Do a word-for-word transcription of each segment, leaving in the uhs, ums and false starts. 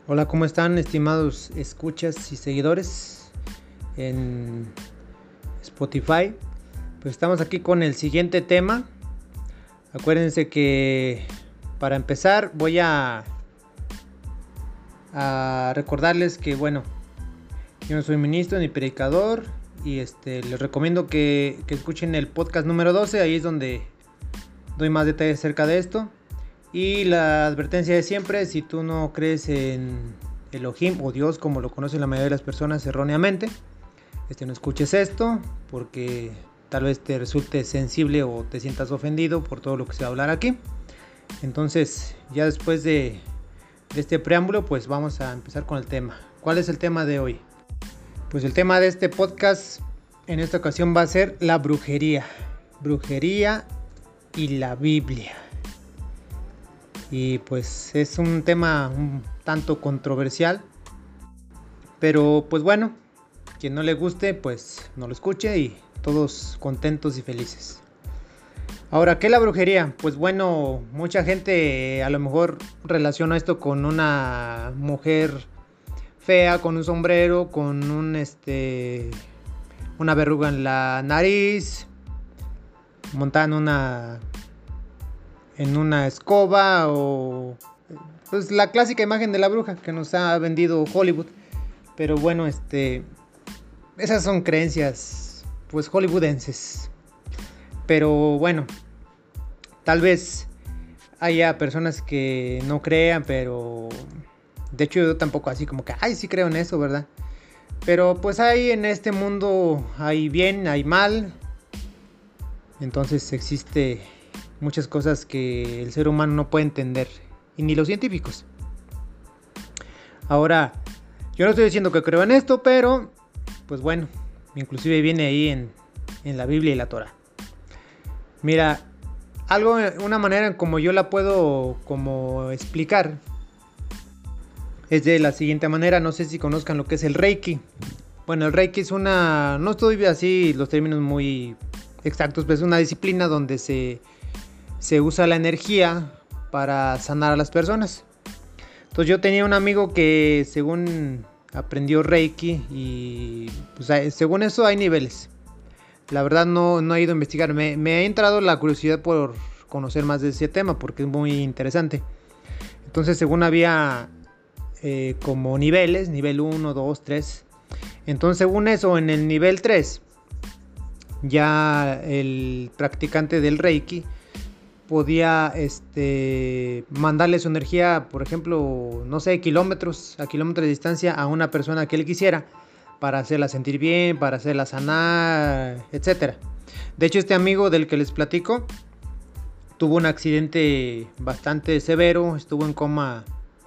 Hola, ¿cómo están, estimados escuchas y seguidores en Spotify? Pues estamos aquí con el siguiente tema. Acuérdense que para empezar voy a, a recordarles que, bueno, yo no soy ministro ni predicador y este les recomiendo que, que escuchen el podcast número doce. Ahí es donde doy más detalles acerca de esto. Y la advertencia de siempre: si tú no crees en Elohim o Dios como lo conocen la mayoría de las personas erróneamente, este, no escuches esto, porque tal vez te resulte sensible o te sientas ofendido por todo lo que se va a hablar aquí. Entonces, ya después de, de este preámbulo, pues vamos a empezar con el tema. ¿Cuál es el tema de hoy? Pues el tema de este podcast en esta ocasión va a ser la brujería. Brujería y la Biblia. Y pues es un tema un tanto controversial, pero pues bueno, quien no le guste pues no lo escuche y todos contentos y felices. Ahora, ¿qué es la brujería? Pues bueno, mucha gente a lo mejor relaciona esto con una mujer fea, con un sombrero, con un este una verruga en la nariz, montada en una en una escoba, o pues la clásica imagen de la bruja que nos ha vendido Hollywood. Pero bueno, este esas son creencias pues hollywoodenses. Pero bueno, tal vez haya personas que no crean, pero de hecho yo tampoco así como que ay, sí creo en eso, ¿verdad? Pero pues hay en este mundo, hay bien, hay mal. Entonces existe muchas cosas que el ser humano no puede entender, y ni los científicos. Ahora, yo no estoy diciendo que creo en esto, pero pues bueno, inclusive viene ahí en, en la Biblia y la Torah. Mira, algo, una manera en como yo la puedo como explicar es de la siguiente manera. No sé si conozcan lo que es el Reiki. Bueno, el Reiki es una, no estoy así los términos muy exactos, pero es una disciplina donde se se usa la energía para sanar a las personas. Entonces yo tenía un amigo que según aprendió Reiki y pues según eso hay niveles. La verdad no, no he ido a investigar. Me, me ha entrado la curiosidad por conocer más de ese tema porque es muy interesante. Entonces según había eh, como niveles, nivel uno, dos, tres. Entonces según eso, en el nivel tres ya el practicante del Reiki podía este, mandarle su energía, por ejemplo, no sé, kilómetros, a kilómetros de distancia a una persona que él quisiera, para hacerla sentir bien, para hacerla sanar, etcétera. De hecho, este amigo del que les platico tuvo un accidente bastante severo, estuvo en coma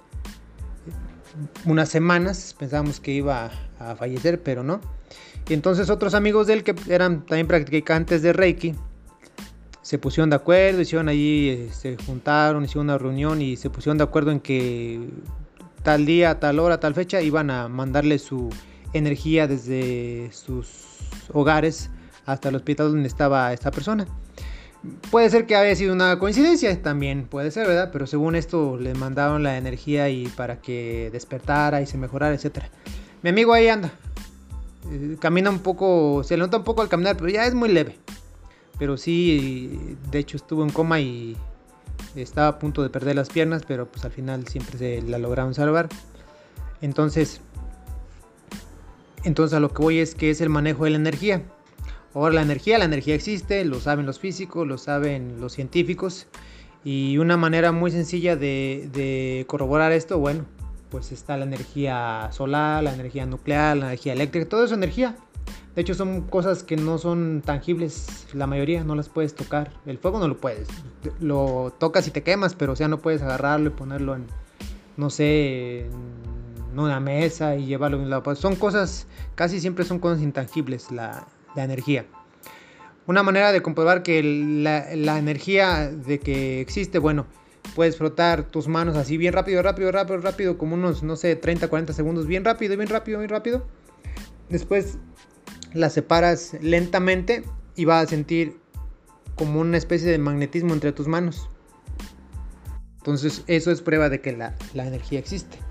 unas semanas, pensábamos que iba a fallecer, pero no. Y entonces otros amigos de él que eran también practicantes de Reiki se pusieron de acuerdo, hicieron allí, se juntaron, hicieron una reunión y se pusieron de acuerdo en que tal día, tal hora, tal fecha iban a mandarle su energía desde sus hogares hasta el hospital donde estaba esta persona. Puede ser que haya sido una coincidencia, también puede ser, ¿verdad? Pero según esto le mandaron la energía y para que despertara y se mejorara, etcétera. Mi amigo ahí anda, eh, camina un poco, se le nota un poco al caminar, pero ya es muy leve. Pero sí, de hecho estuvo en coma y estaba a punto de perder las piernas, pero pues al final siempre se la lograron salvar. Entonces, entonces a lo que voy es que es el manejo de la energía. Ahora la energía, la energía existe, lo saben los físicos, lo saben los científicos. Y una manera muy sencilla de, de corroborar esto, bueno, pues está la energía solar, la energía nuclear, la energía eléctrica, todo eso es energía. De hecho son cosas que no son tangibles, la mayoría no las puedes tocar. El fuego no lo puedes, lo tocas y te quemas, pero o sea no puedes agarrarlo y ponerlo en, no sé, en una mesa y llevarlo en un lado. Son cosas, casi siempre son cosas intangibles la, la energía. Una manera de comprobar que la, la energía de que existe, bueno, puedes frotar tus manos así bien rápido, rápido, rápido, rápido, como unos, no sé, treinta, cuarenta segundos, bien rápido, bien rápido, bien rápido. Después las separas lentamente y vas a sentir como una especie de magnetismo entre tus manos. Entonces eso es prueba de que la, la energía existe.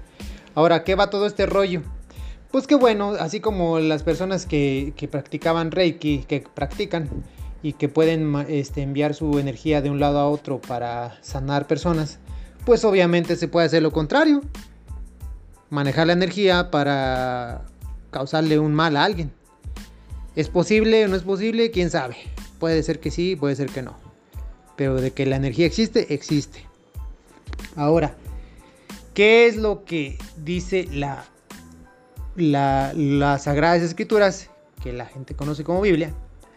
Ahora, ¿qué va todo este rollo? Pues que bueno, así como las personas que, que practicaban Reiki, que practican y que pueden este, enviar su energía de un lado a otro para sanar personas, pues obviamente se puede hacer lo contrario, manejar la energía para causarle un mal a alguien. ¿Es posible o no es posible? ¿Quién sabe? Puede ser que sí, puede ser que no. Pero de que la energía existe, existe. Ahora, ¿qué es lo que dice la, la, las Sagradas Escrituras, que la gente conoce como Biblia,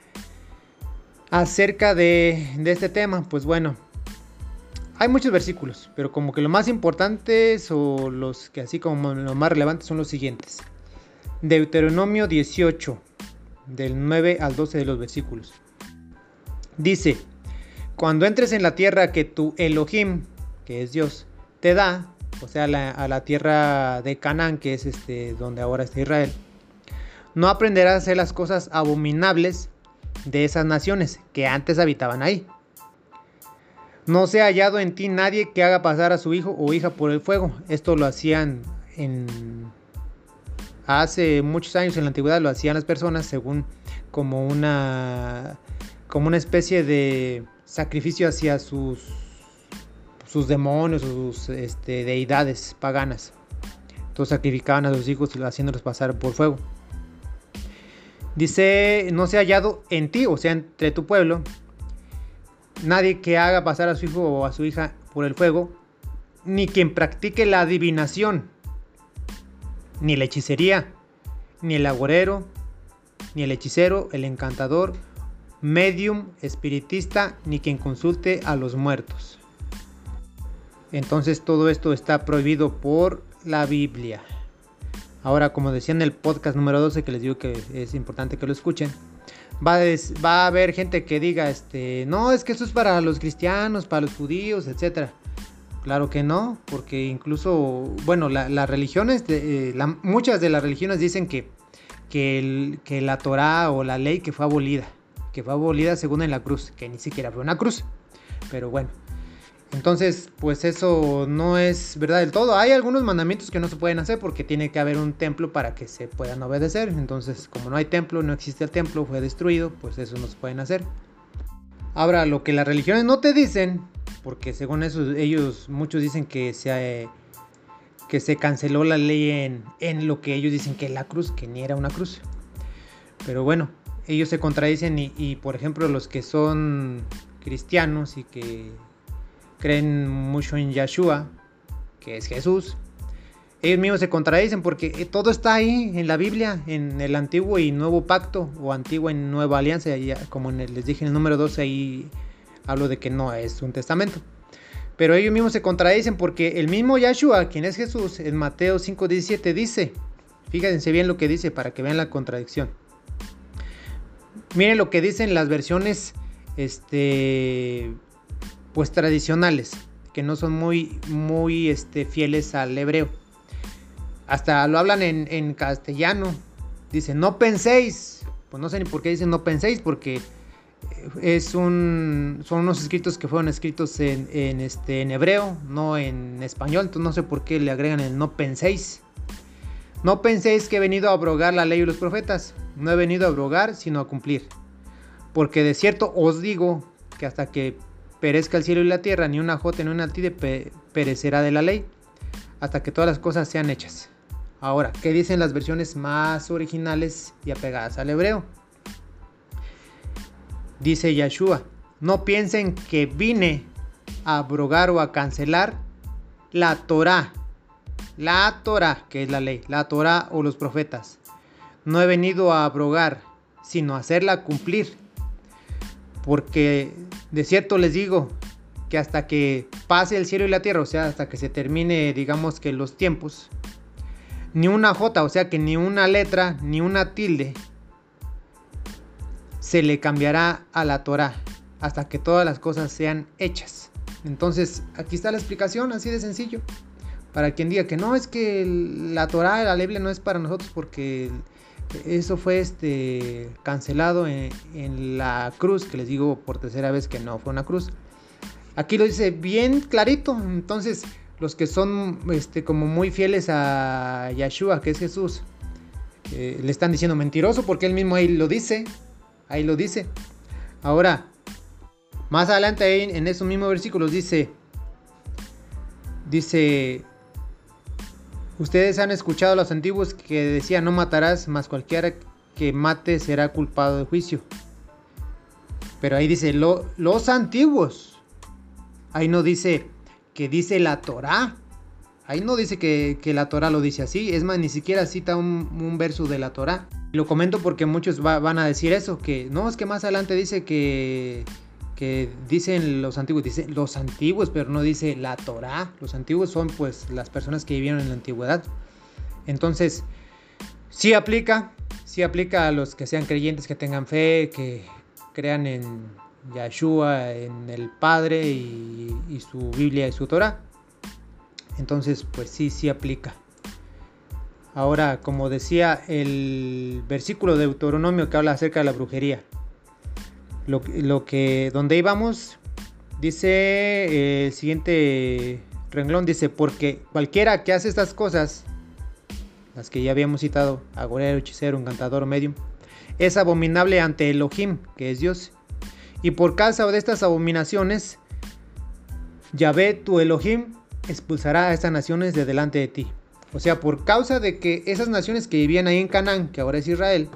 acerca de, de este tema? Pues bueno, hay muchos versículos, pero como que lo más importantes o los que así como los más relevantes son los siguientes. Deuteronomio dieciocho, del nueve al doce de los versículos. Dice: cuando entres en la tierra que tu Elohim, que es Dios, te da, o sea, la, a la tierra de Canaán, que es este, donde ahora está Israel, no aprenderás a hacer las cosas abominables de esas naciones que antes habitaban ahí. No se ha hallado en ti nadie que haga pasar a su hijo o hija por el fuego. Esto lo hacían en... hace muchos años, en la antigüedad, lo hacían las personas según como una, como una especie de sacrificio hacia sus, sus demonios o sus este, deidades paganas. Entonces sacrificaban a sus hijos haciéndolos pasar por fuego. Dice: no se ha hallado en ti, o sea, entre tu pueblo, nadie que haga pasar a su hijo o a su hija por el fuego, ni quien practique la adivinación, ni la hechicería, ni el agorero, ni el hechicero, el encantador, medium, espiritista, ni quien consulte a los muertos. Entonces todo esto está prohibido por la Biblia. Ahora, como decía en el podcast número doce, que les digo que es importante que lo escuchen, va a, des, va a haber gente que diga, este, no, es que eso es para los cristianos, para los judíos, etcétera. Claro que no, porque incluso, bueno, las la religiones, de, eh, la, muchas de las religiones dicen que, que, el, que la Torá o la ley que fue abolida, que fue abolida según en la cruz, que ni siquiera fue una cruz, pero bueno. Entonces, pues eso no es verdad del todo. Hay algunos mandamientos que no se pueden hacer porque tiene que haber un templo para que se puedan obedecer. Entonces, como no hay templo, no existe el templo, fue destruido, pues eso no se pueden hacer. Ahora, lo que las religiones no te dicen, porque según eso ellos, muchos dicen que se, que se canceló la ley en, en lo que ellos dicen que es la cruz, que ni era una cruz. Pero bueno, ellos se contradicen y, y por ejemplo, los que son cristianos y que creen mucho en Yeshua, que es Jesús, ellos mismos se contradicen porque todo está ahí en la Biblia, en el Antiguo y Nuevo Pacto, o Antigua y Nueva Alianza, ya, como en el, les dije en el número doce, ahí hablo de que no es un testamento. Pero ellos mismos se contradicen porque el mismo Yeshua, quien es Jesús, en Mateo cinco diecisiete dice, fíjense bien lo que dice para que vean la contradicción. Miren lo que dicen las versiones este pues tradicionales, que no son muy, muy este, fieles al hebreo. Hasta lo hablan en, en castellano. Dicen, no penséis. Pues no sé ni por qué dicen no penséis, porque es un, son unos escritos que fueron escritos en, en, este, en hebreo, no en español. Entonces no sé por qué le agregan el no penséis. No penséis que he venido a abrogar la ley y los profetas. No he venido a abrogar, sino a cumplir. Porque de cierto os digo que hasta que perezca el cielo y la tierra, ni una jota ni una tilde pe- perecerá de la ley, hasta que todas las cosas sean hechas. Ahora, ¿qué dicen las versiones más originales y apegadas al hebreo? Dice Yeshua, no piensen que vine a abrogar o a cancelar la Torá, la Torá, que es la ley, la Torá o los profetas. No he venido a abrogar, sino a hacerla cumplir. Porque de cierto les digo que hasta que pase el cielo y la tierra, o sea, hasta que se termine, digamos que los tiempos, ni una jota, o sea que ni una letra, ni una tilde se le cambiará a la Torá, hasta que todas las cosas sean hechas. Entonces, aquí está la explicación, así de sencillo. Para quien diga que no, es que la Torá, la Biblia no es para nosotros porque eso fue este cancelado en, en la cruz, que les digo por tercera vez que no fue una cruz. Aquí lo dice bien clarito. Entonces, los que son este, como muy fieles a Yeshua, que es Jesús, eh, le están diciendo mentiroso porque él mismo ahí lo dice, ahí lo dice. Ahora, más adelante ahí en esos mismos versículos dice, dice, ustedes han escuchado a los antiguos que decían no matarás, mas cualquiera que mate será culpado de juicio. Pero ahí dice lo, los antiguos, ahí no dice que dice la Torá. Ahí no dice que, que la Torá lo dice así. Es más, ni siquiera cita un, un verso de la Torá. Lo comento porque muchos va, van a decir eso. Que no, es que más adelante dice que, que dicen los antiguos. Dice los antiguos, pero no dice la Torá. Los antiguos son pues las personas que vivieron en la antigüedad. Entonces, sí aplica. Sí aplica a los que sean creyentes, que tengan fe, que crean en Yeshua, en el Padre y, y su Biblia y su Torah. Entonces pues sí, sí aplica. Ahora, como decía el versículo de Deuteronomio que habla acerca de la brujería, lo, lo que donde íbamos dice eh, el siguiente renglón, dice, porque cualquiera que hace estas cosas, las que ya habíamos citado, agorero, hechicero, encantador, medium, es abominable ante Elohim, que es Dios. Y por causa de estas abominaciones, Yahvé tu Elohim expulsará a estas naciones de delante de ti. O sea, por causa de que esas naciones que vivían ahí en Canaán, que ahora es Israel,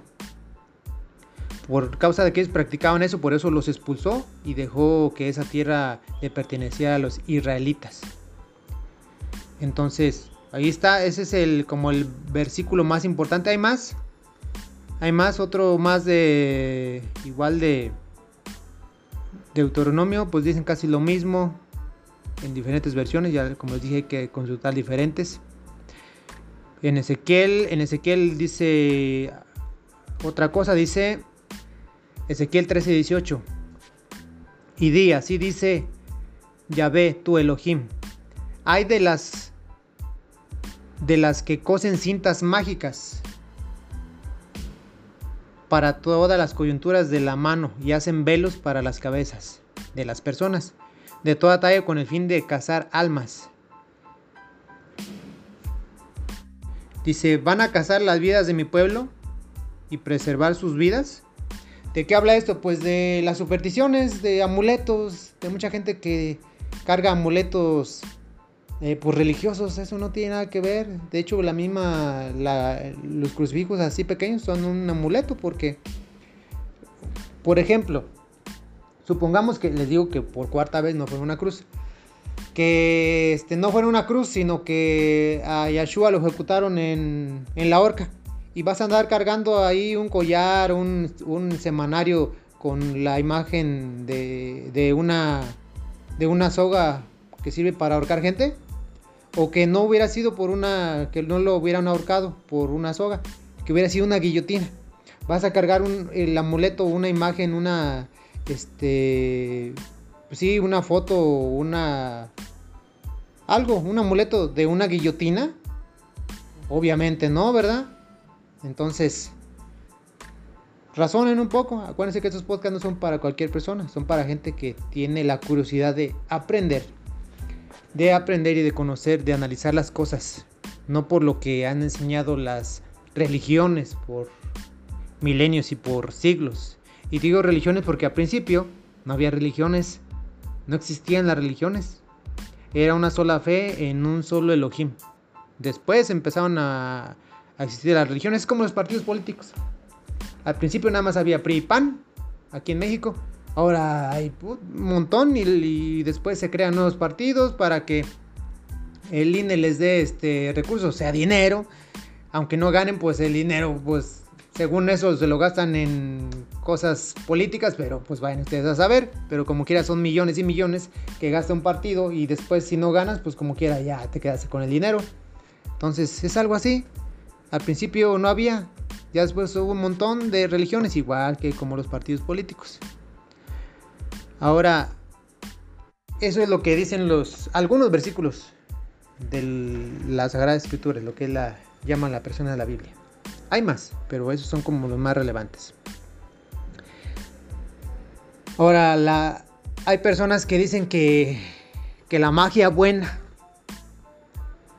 por causa de que ellos practicaban eso, por eso los expulsó y dejó que esa tierra le perteneciera a los israelitas. Entonces, ahí está, ese es el como el versículo más importante. Hay más, hay más, otro más de igual de Deuteronomio, pues dicen casi lo mismo en diferentes versiones, ya como les dije hay que consultar diferentes. En Ezequiel, en Ezequiel dice otra cosa, dice Ezequiel trece dieciocho, y di, así dice Yahvé tu Elohim, hay de las de las que cosen cintas mágicas para todas las coyunturas de la mano y hacen velos para las cabezas de las personas de toda talla con el fin de cazar almas. Dice, van a cazar las vidas de mi pueblo y preservar sus vidas. ¿De qué habla esto? Pues de las supersticiones, de amuletos, de mucha gente que carga amuletos eh, pues religiosos. Eso no tiene nada que ver. De hecho, la misma, la, los crucifijos así pequeños son un amuleto porque, por ejemplo, supongamos que les digo que por cuarta vez no fue una cruz. Que este, no fuera una cruz, sino que a Yeshua lo ejecutaron en, en la horca. Y vas a andar cargando ahí un collar, un, un semanario con la imagen de, de, una, de una soga que sirve para ahorcar gente. O que no hubiera sido por una, que no lo hubieran ahorcado por una soga, que hubiera sido una guillotina. Vas a cargar un, el amuleto, una imagen, una... este pues sí, una foto, una algo, un amuleto de una guillotina. Obviamente no, ¿verdad? Entonces, razonen un poco. Acuérdense que estos podcasts no son para cualquier persona, son para gente que tiene la curiosidad de aprender, de aprender y de conocer, de analizar las cosas, no por lo que han enseñado las religiones por milenios y por siglos. Y digo religiones porque al principio no había religiones, no existían las religiones. Era una sola fe en un solo Elohim. Después empezaron a, a existir las religiones, como los partidos políticos. Al principio nada más había P R I y P A N aquí en México. Ahora hay un montón y, y después se crean nuevos partidos para que el I N E les dé este recursos, o sea, dinero. Aunque no ganen, pues el dinero, pues según eso se lo gastan en cosas políticas, pero pues vayan ustedes a saber. Pero como quiera son millones y millones que gasta un partido y después si no ganas, pues como quiera ya te quedas con el dinero. Entonces es algo así. Al principio no había, ya después hubo un montón de religiones, igual que como los partidos políticos. Ahora, eso es lo que dicen los algunos versículos de la Sagrada Escritura, lo que la llaman la persona de la Biblia. Hay más, pero esos son como los más relevantes. Ahora, la, hay personas que dicen que, que la magia buena,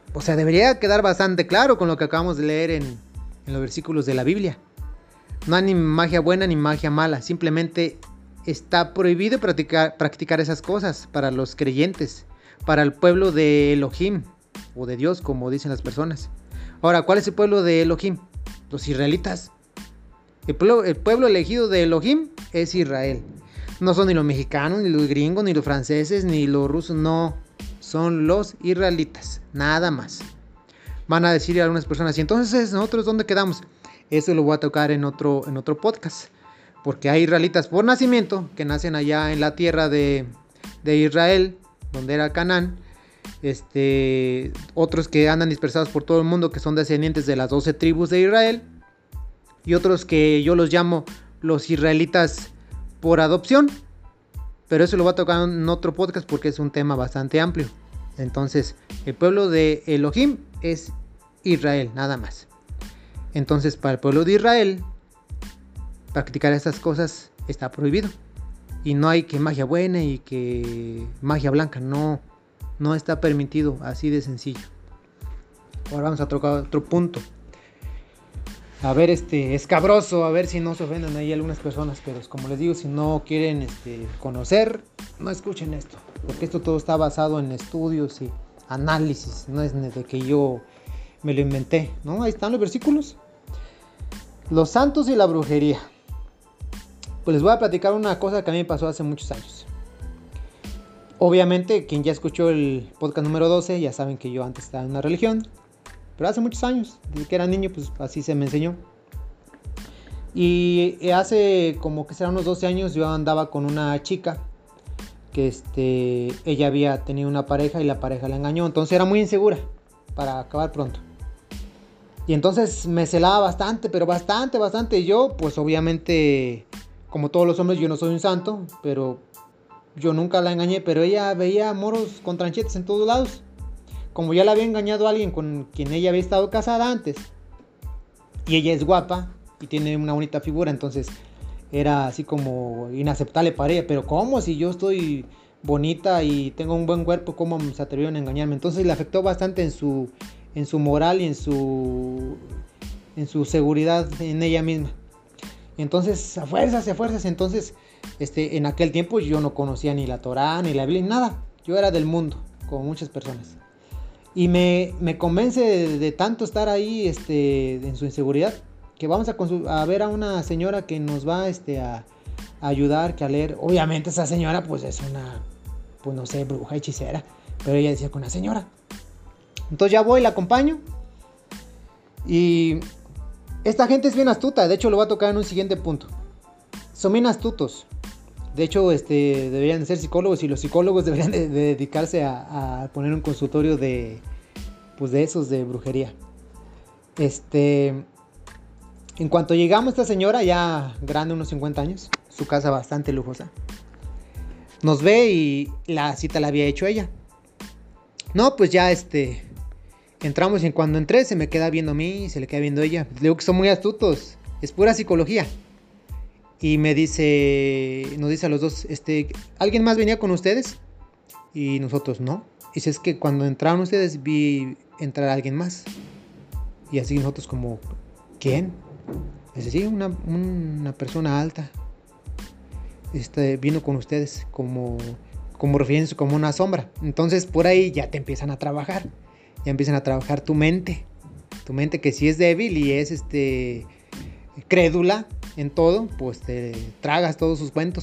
o sea, debería quedar bastante claro con lo que acabamos de leer en, en los versículos de la Biblia. No hay ni magia buena ni magia mala, simplemente está prohibido practicar, practicar esas cosas para los creyentes, para el pueblo de Elohim, o de Dios, como dicen las personas. Ahora, ¿cuál es el pueblo de Elohim? Los israelitas. El pueblo, el pueblo elegido de Elohim es Israel. No son ni los mexicanos, ni los gringos, ni los franceses, ni los rusos, no. Son los israelitas, nada más. Van a decir algunas personas, y entonces nosotros ¿dónde quedamos? Eso lo voy a tocar en otro, en otro podcast. Porque hay israelitas por nacimiento, que nacen allá en la tierra de, de Israel, donde era Canaán. Este, otros que andan dispersados por todo el mundo, que son descendientes de las doce tribus de Israel. Y otros que yo los llamo los israelitas por adopción. Pero eso lo voy a tocar en otro podcast porque es un tema bastante amplio. Entonces, el pueblo de Elohim es Israel, nada más. Entonces, para el pueblo de Israel, practicar estas cosas está prohibido. Y no hay que magia buena y que magia blanca, no, no está permitido, así de sencillo. Ahora vamos a tocar otro punto. A ver, este, escabroso, a ver si no se ofenden ahí algunas personas, pero como les digo, si no quieren este, conocer, no escuchen esto, porque esto todo está basado en estudios y análisis, no es de que yo me lo inventé, ¿no? Ahí están los versículos. Los santos y la brujería. Pues les voy a platicar una cosa que a mí me pasó hace muchos años. Obviamente, quien ya escuchó el podcast número doce, ya saben que yo antes estaba en una religión. Pero hace muchos años, desde que era niño, pues así se me enseñó. Y hace como que será unos doce años yo andaba con una chica que este, ella había tenido una pareja y la pareja la engañó. Entonces era muy insegura para acabar pronto. Y entonces me celaba bastante, pero bastante, bastante. Yo, pues obviamente, como todos los hombres, yo no soy un santo, pero yo nunca la engañé. Pero ella veía moros con tranchetes en todos lados. Como ya la había engañado a alguien con quien ella había estado casada antes, y ella es guapa y tiene una bonita figura, entonces era así como inaceptable para ella. Pero ¿cómo? Si yo estoy bonita y tengo un buen cuerpo, ¿cómo se atrevieron a engañarme? Entonces le afectó bastante en su, en su moral y en su, en su seguridad en ella misma. Entonces, a fuerzas, a fuerzas, entonces, este, en aquel tiempo yo no conocía ni la Torá, ni la Biblia, ni nada. Yo era del mundo, como muchas personas. Y me, me convence de, de tanto estar ahí este, en su inseguridad, que vamos a, consul- a ver a una señora que nos va este, a, a ayudar, que a leer. Obviamente esa señora pues es una, pues no sé, bruja, hechicera, pero ella decía que una señora. Entonces ya voy, la acompaño. Y esta gente es bien astuta, de hecho lo voy a tocar en un siguiente punto. Son bien astutos. De hecho, este, deberían ser psicólogos, y los psicólogos deberían de, de dedicarse a, a poner un consultorio de, pues de esos de brujería. Este, en cuanto llegamos, esta señora ya grande, unos cincuenta años, su casa bastante lujosa, nos ve y la cita la había hecho ella. No, pues ya este, entramos y cuando entré se me queda viendo a mí y se le queda viendo a ella. Le digo que son muy astutos, es pura psicología. Y me dice, nos dice a los dos, este, ¿alguien más venía con ustedes? Y nosotros, no. Dice, es que cuando entraron ustedes vi entrar a alguien más. Y así nosotros como, ¿quién? Dice, sí, una, una persona alta. Este, vino con ustedes como, como refiriéndose como una sombra. Entonces por ahí ya te empiezan a trabajar. Ya empiezan a trabajar tu mente. Tu mente que si es débil y es este crédula en todo, pues te tragas todos sus cuentos.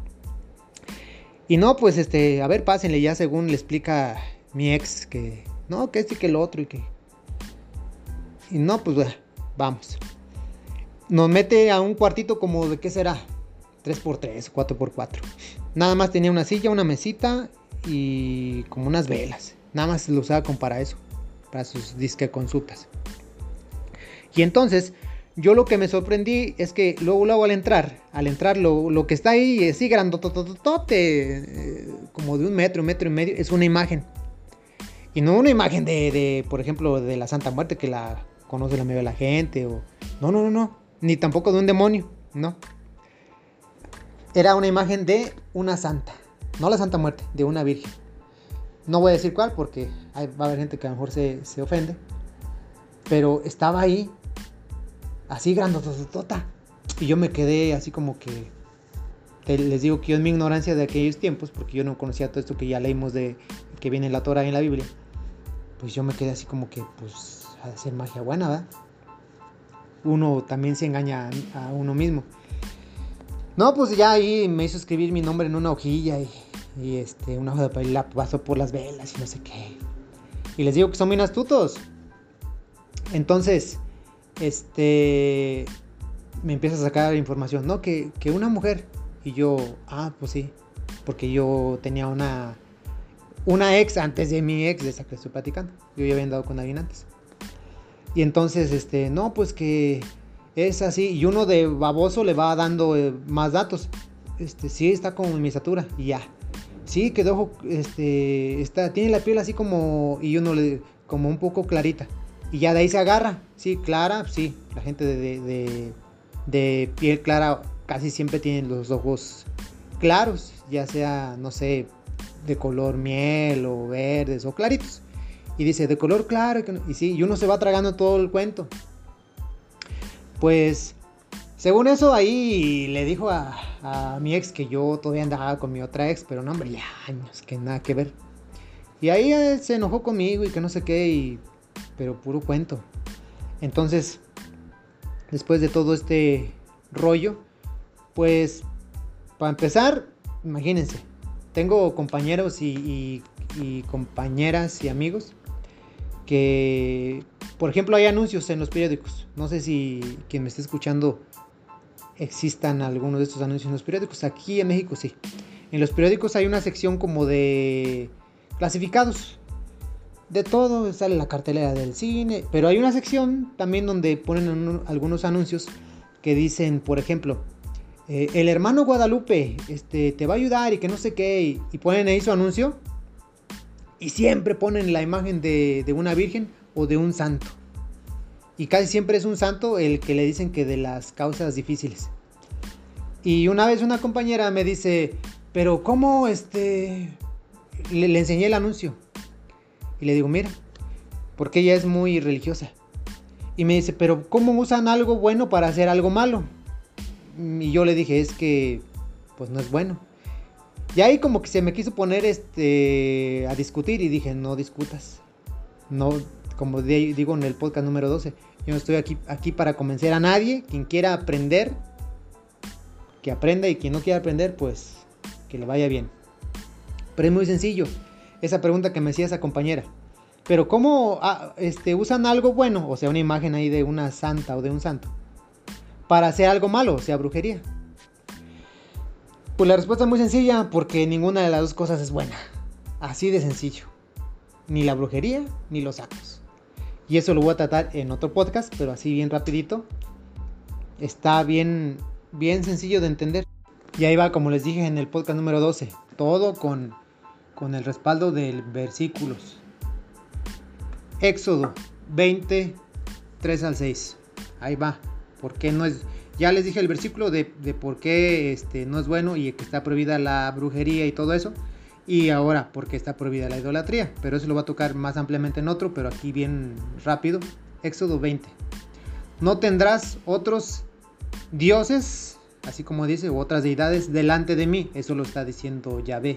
Y no, pues este, a ver, pásenle, ya según le explica mi ex que no, que este y que el otro y que y no, pues bueno, vamos. Nos mete a un cuartito como de qué será, tres por tres, cuatro por cuatro. Nada más tenía una silla, una mesita y como unas velas. Nada más lo usaba como para eso, para sus disque consultas. Y entonces yo lo que me sorprendí es que luego, luego al entrar, al entrar lo, lo que está ahí, así grandotototote, eh, como de un metro, un metro y medio, es una imagen. Y no una imagen de, de, por ejemplo, de la Santa Muerte, que la conoce la mayoría de la gente, o no, no, no, no, ni tampoco de un demonio, no. Era una imagen de una santa, no la Santa Muerte, de una virgen. No voy a decir cuál porque hay, va a haber gente que a lo mejor se, se ofende. Pero estaba ahí, así grandototota. Y yo me quedé así como que... Te, les digo que yo en mi ignorancia de aquellos tiempos, porque yo no conocía todo esto que ya leímos de que viene en la Torah y en la Biblia, pues yo me quedé así como que, pues, ha de ser magia buena, ¿verdad? Uno también se engaña a, a uno mismo. No, pues ya ahí me hizo escribir mi nombre en una hojilla y, y este, una hoja de papel la pasó por las velas y no sé qué. Y les digo que son bien astutos. Entonces, este, me empieza a sacar información, ¿no? Que, que una mujer. Y yo, ah, pues sí, porque yo tenía una, una ex antes de mi ex, de esa que estoy platicando. Yo ya había andado con alguien antes. Y entonces, este, no, pues que es así. Y uno de baboso le va dando eh, más datos. Este, sí, está como en mi estatura. Y ya. Sí, que de ojo, este, está, tiene la piel así como, y uno le, como un poco clarita. Y ya de ahí se agarra. Sí, clara, sí. La gente de, de, de, de piel clara casi siempre tienen los ojos claros. Ya sea, no sé, de color miel o verdes o claritos. Y dice, de color claro. Y sí, y uno se va tragando todo el cuento. Pues, según eso, ahí le dijo a, a mi ex que yo todavía andaba con mi otra ex. Pero no, hombre, ya años, que nada que ver. Y ahí eh, se enojó conmigo y que no sé qué. Y, pero puro cuento. Entonces, después de todo este rollo, pues, para empezar, imagínense. Tengo compañeros y, y, y compañeras y amigos que, por ejemplo, hay anuncios en los periódicos. No sé si quien me esté escuchando existan algunos de estos anuncios en los periódicos. Aquí en México sí. En los periódicos hay una sección como de clasificados. De todo, sale la cartelera del cine. Pero hay una sección también donde ponen un, algunos anuncios que dicen, por ejemplo, eh, el hermano Guadalupe este, te va a ayudar y que no sé qué. Y, y ponen ahí su anuncio. Y siempre ponen la imagen de, de una virgen o de un santo. Y casi siempre es un santo el que le dicen que de las causas difíciles. Y una vez una compañera me dice, pero ¿cómo este? Le, le enseñé el anuncio. Y le digo, mira, porque ella es muy religiosa. Y me dice, pero ¿cómo usan algo bueno para hacer algo malo? Y yo le dije, es que pues no es bueno. Y ahí como que se me quiso poner este a discutir y dije, no discutas. No, como de, digo en el podcast número doce, yo no estoy aquí, aquí para convencer a nadie. Quien quiera aprender, que aprenda, y quien no quiera aprender, pues que le vaya bien. Pero es muy sencillo, esa pregunta que me hacía esa compañera. Pero ¿cómo ah, este, usan algo bueno, o sea, una imagen ahí de una santa o de un santo, para hacer algo malo, o sea, brujería? Pues la respuesta es muy sencilla, porque ninguna de las dos cosas es buena. Así de sencillo. Ni la brujería, ni los santos. Y eso lo voy a tratar en otro podcast, pero así bien rapidito. Está bien, bien sencillo de entender. Y ahí va, como les dije en el podcast número doce. Todo con, con el respaldo de versículos. Éxodo veinte, tres al seis. Ahí va. ¿Por qué no es...? Ya les dije el versículo de, de por qué este, no es bueno y que está prohibida la brujería y todo eso. Y ahora, por qué está prohibida la idolatría. Pero eso lo va a tocar más ampliamente en otro, pero aquí bien rápido. Éxodo veinte. No tendrás otros dioses, así como dice, u otras deidades delante de mí. Eso lo está diciendo Yahvé.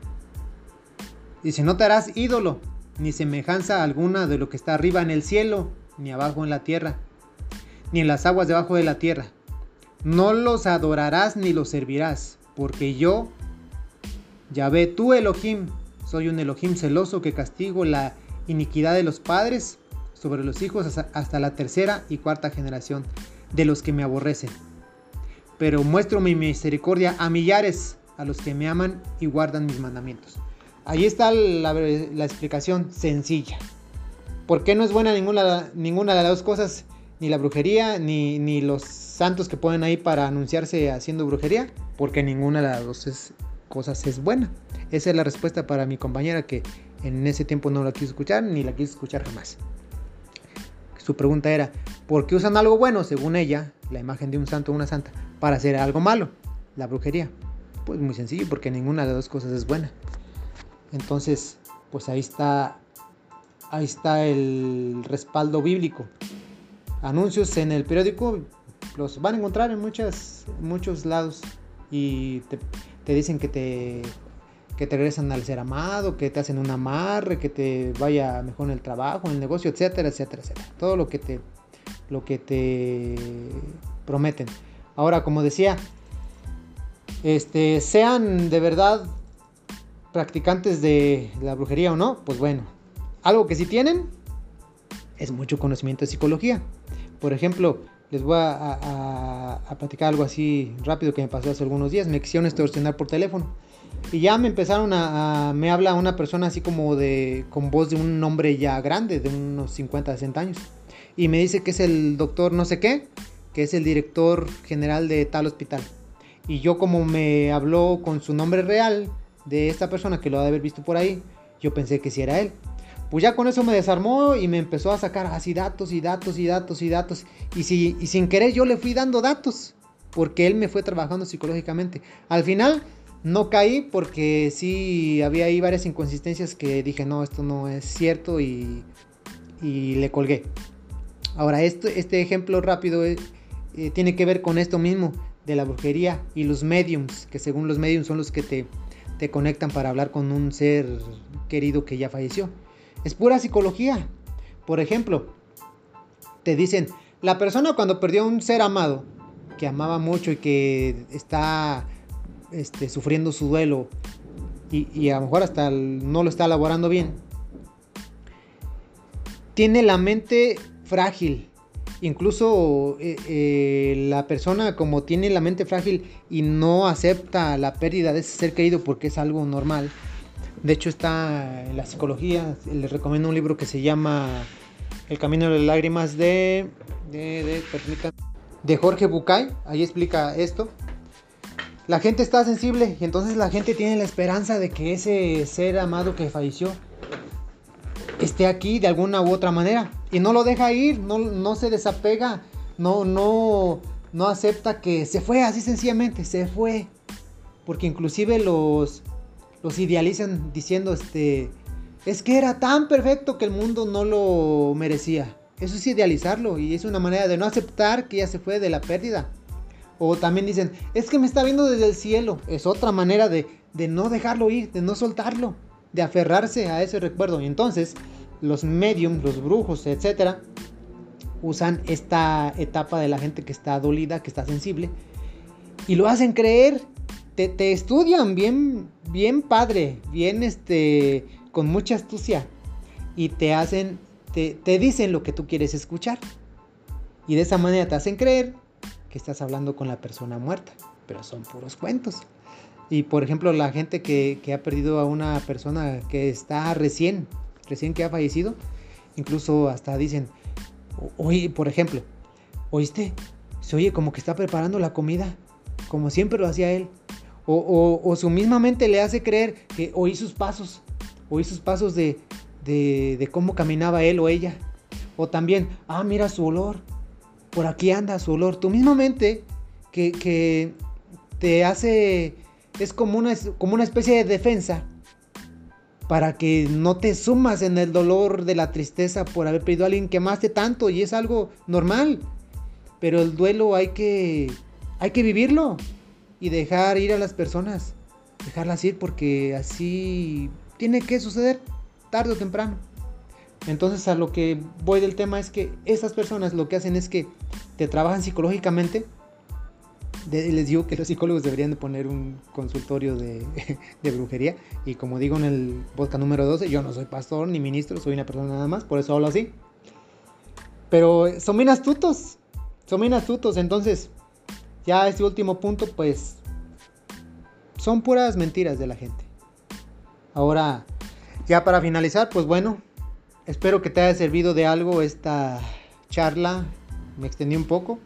Dice, no te harás ídolo, ni semejanza alguna de lo que está arriba en el cielo, ni abajo en la tierra, ni en las aguas debajo de la tierra. No los adorarás ni los servirás, porque yo, Yahvé, tú Elohim, soy un Elohim celoso que castigo la iniquidad de los padres sobre los hijos hasta la tercera y cuarta generación de los que me aborrecen. Pero muestro mi misericordia a millares, a los que me aman y guardan mis mandamientos. Ahí está la, la explicación sencilla. ¿Por qué no es buena ninguna, ninguna de las dos cosas? Ni la brujería, ni, ni los santos que ponen ahí para anunciarse haciendo brujería. Porque ninguna de las dos es, cosas es buena. Esa es la respuesta para mi compañera, que en ese tiempo no la quiso escuchar, ni la quiso escuchar jamás. Su pregunta era, ¿por qué usan algo bueno, según ella, la imagen de un santo o una santa, para hacer algo malo, la brujería? Pues muy sencillo, porque ninguna de las dos cosas es buena. Entonces, pues ahí está, ahí está el respaldo bíblico. Anuncios en el periódico los van a encontrar en muchas, muchos lados y te, te dicen que te, que te regresan al ser amado, que te hacen un amarre, que te vaya mejor en el trabajo, en el negocio, etcétera, etcétera, etcétera. Todo lo que te, lo que te prometen. Ahora, como decía, este, sean de verdad practicantes de la brujería o no, pues bueno, algo que sí tienen es mucho conocimiento de psicología. Por ejemplo, les voy a, a, a platicar algo así rápido que me pasó hace algunos días. Me quisieron extorsionar por teléfono y ya me empezaron a, a me habla una persona así como de, con voz de un hombre ya grande, de unos cincuenta, sesenta años, y me dice que es el doctor no sé qué, que es el director general de tal hospital. Y yo, como me habló con su nombre real de esta persona que lo ha de haber visto por ahí, yo pensé que sí era él. Pues ya con eso me desarmó y me empezó a sacar así datos y datos y datos y datos. Y, si, y sin querer yo le fui dando datos, porque él me fue trabajando psicológicamente. Al final no caí porque sí había ahí varias inconsistencias que dije, no, esto no es cierto, y, y le colgué. Ahora, esto, este ejemplo rápido eh, eh, tiene que ver con esto mismo de la brujería y los mediums, que según los mediums son los que te, te conectan para hablar con un ser querido que ya falleció. Es pura psicología. Por ejemplo, te dicen, la persona cuando perdió a un ser amado, que amaba mucho y que está este, sufriendo su duelo, y, y a lo mejor hasta no lo está elaborando bien, tiene la mente frágil. Incluso eh, eh, la persona, como tiene la mente frágil y no acepta la pérdida de ese ser querido porque es algo normal. De hecho, está en la psicología. Les recomiendo un libro que se llama El camino de las lágrimas de, de, de, de Jorge Bucay. Ahí explica esto. La gente está sensible y entonces la gente tiene la esperanza de que ese ser amado que falleció esté aquí de alguna u otra manera, y no lo deja ir, no, no se desapega, no, no, no acepta que se fue, así sencillamente, se fue, porque inclusive los, los idealizan diciendo, este, es que era tan perfecto que el mundo no lo merecía. Eso es idealizarlo, y es una manera de no aceptar que ya se fue, de la pérdida. O también dicen, es que me está viendo desde el cielo. Es otra manera de, de no dejarlo ir, de no soltarlo, de aferrarse a ese recuerdo. Y entonces los mediums, los brujos, etcétera, usan esta etapa de la gente que está dolida, que está sensible, y lo hacen creer. Te, te estudian bien, bien padre, bien este, con mucha astucia, y te hacen, te, te dicen lo que tú quieres escuchar, y de esa manera te hacen creer que estás hablando con la persona muerta, pero son puros cuentos. Y por ejemplo, la gente que, que ha perdido a una persona que está recién, recién que ha fallecido, incluso hasta dicen, oye, por ejemplo, ¿oíste? Se oye como que está preparando la comida, como siempre lo hacía él. O, o, o su misma mente le hace creer que oí sus pasos, oí sus pasos de, de, de cómo caminaba él o ella. O también, ah, mira su olor, por aquí anda su olor. Tu misma mente que, que te hace, es como una, como una especie de defensa para que no te sumas en el dolor de la tristeza por haber perdido a alguien que amaste tanto, y es algo normal. Pero el duelo hay que, hay que vivirlo y dejar ir a las personas, dejarlas ir, porque así tiene que suceder tarde o temprano. Entonces, a lo que voy del tema es que esas personas lo que hacen es que te trabajan psicológicamente. De, les digo que los psicólogos deberían de poner un consultorio de, de brujería. Y como digo en el podcast número doce, yo no soy pastor ni ministro, soy una persona nada más, por eso hablo así. Pero son bien astutos, son bien astutos. Entonces, ya este último punto, pues, son puras mentiras de la gente. Ahora, ya para finalizar, pues bueno, espero que te haya servido de algo esta charla. Me extendí un poco,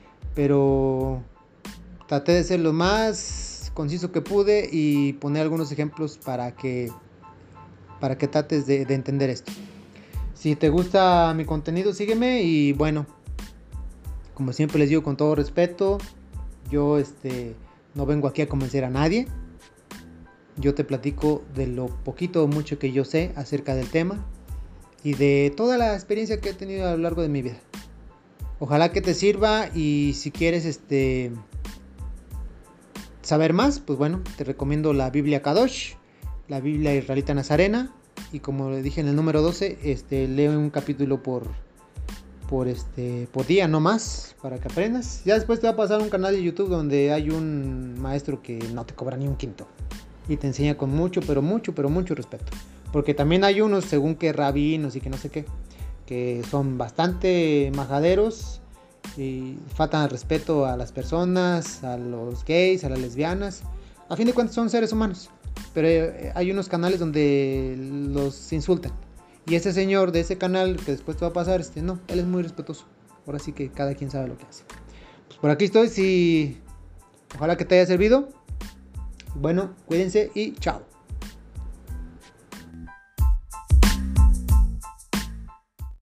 pero traté de ser lo más conciso que pude y poner algunos ejemplos para que, para que trates de, de entender esto. Si te gusta mi contenido, sígueme. Y bueno, como siempre les digo, con todo respeto, yo este, no vengo aquí a convencer a nadie. yo te platico de lo poquito o mucho que yo sé acerca del tema y de toda la experiencia que he tenido a lo largo de mi vida. Ojalá que te sirva, y si quieres este saber más, pues bueno, te recomiendo la Biblia Kadosh, la Biblia Israelita Nazarena, y como le dije en el número doce, este, lee un capítulo por, por, este, por día, no más, para que aprendas. Ya después te va a pasar un canal de YouTube donde hay un maestro que no te cobra ni un quinto y te enseña con mucho, pero mucho, pero mucho respeto. Porque también hay unos, según que rabinos y que no sé qué, que son bastante majaderos y faltan el respeto a las personas, a los gays, a las lesbianas. A fin de cuentas son seres humanos, pero hay unos canales donde los insultan. Y ese señor de ese canal que después te va a pasar, este, no, él es muy respetuoso. Ahora sí que cada quien sabe lo que hace. Pues por aquí estoy, si ojalá que te haya servido. Bueno, cuídense y chao.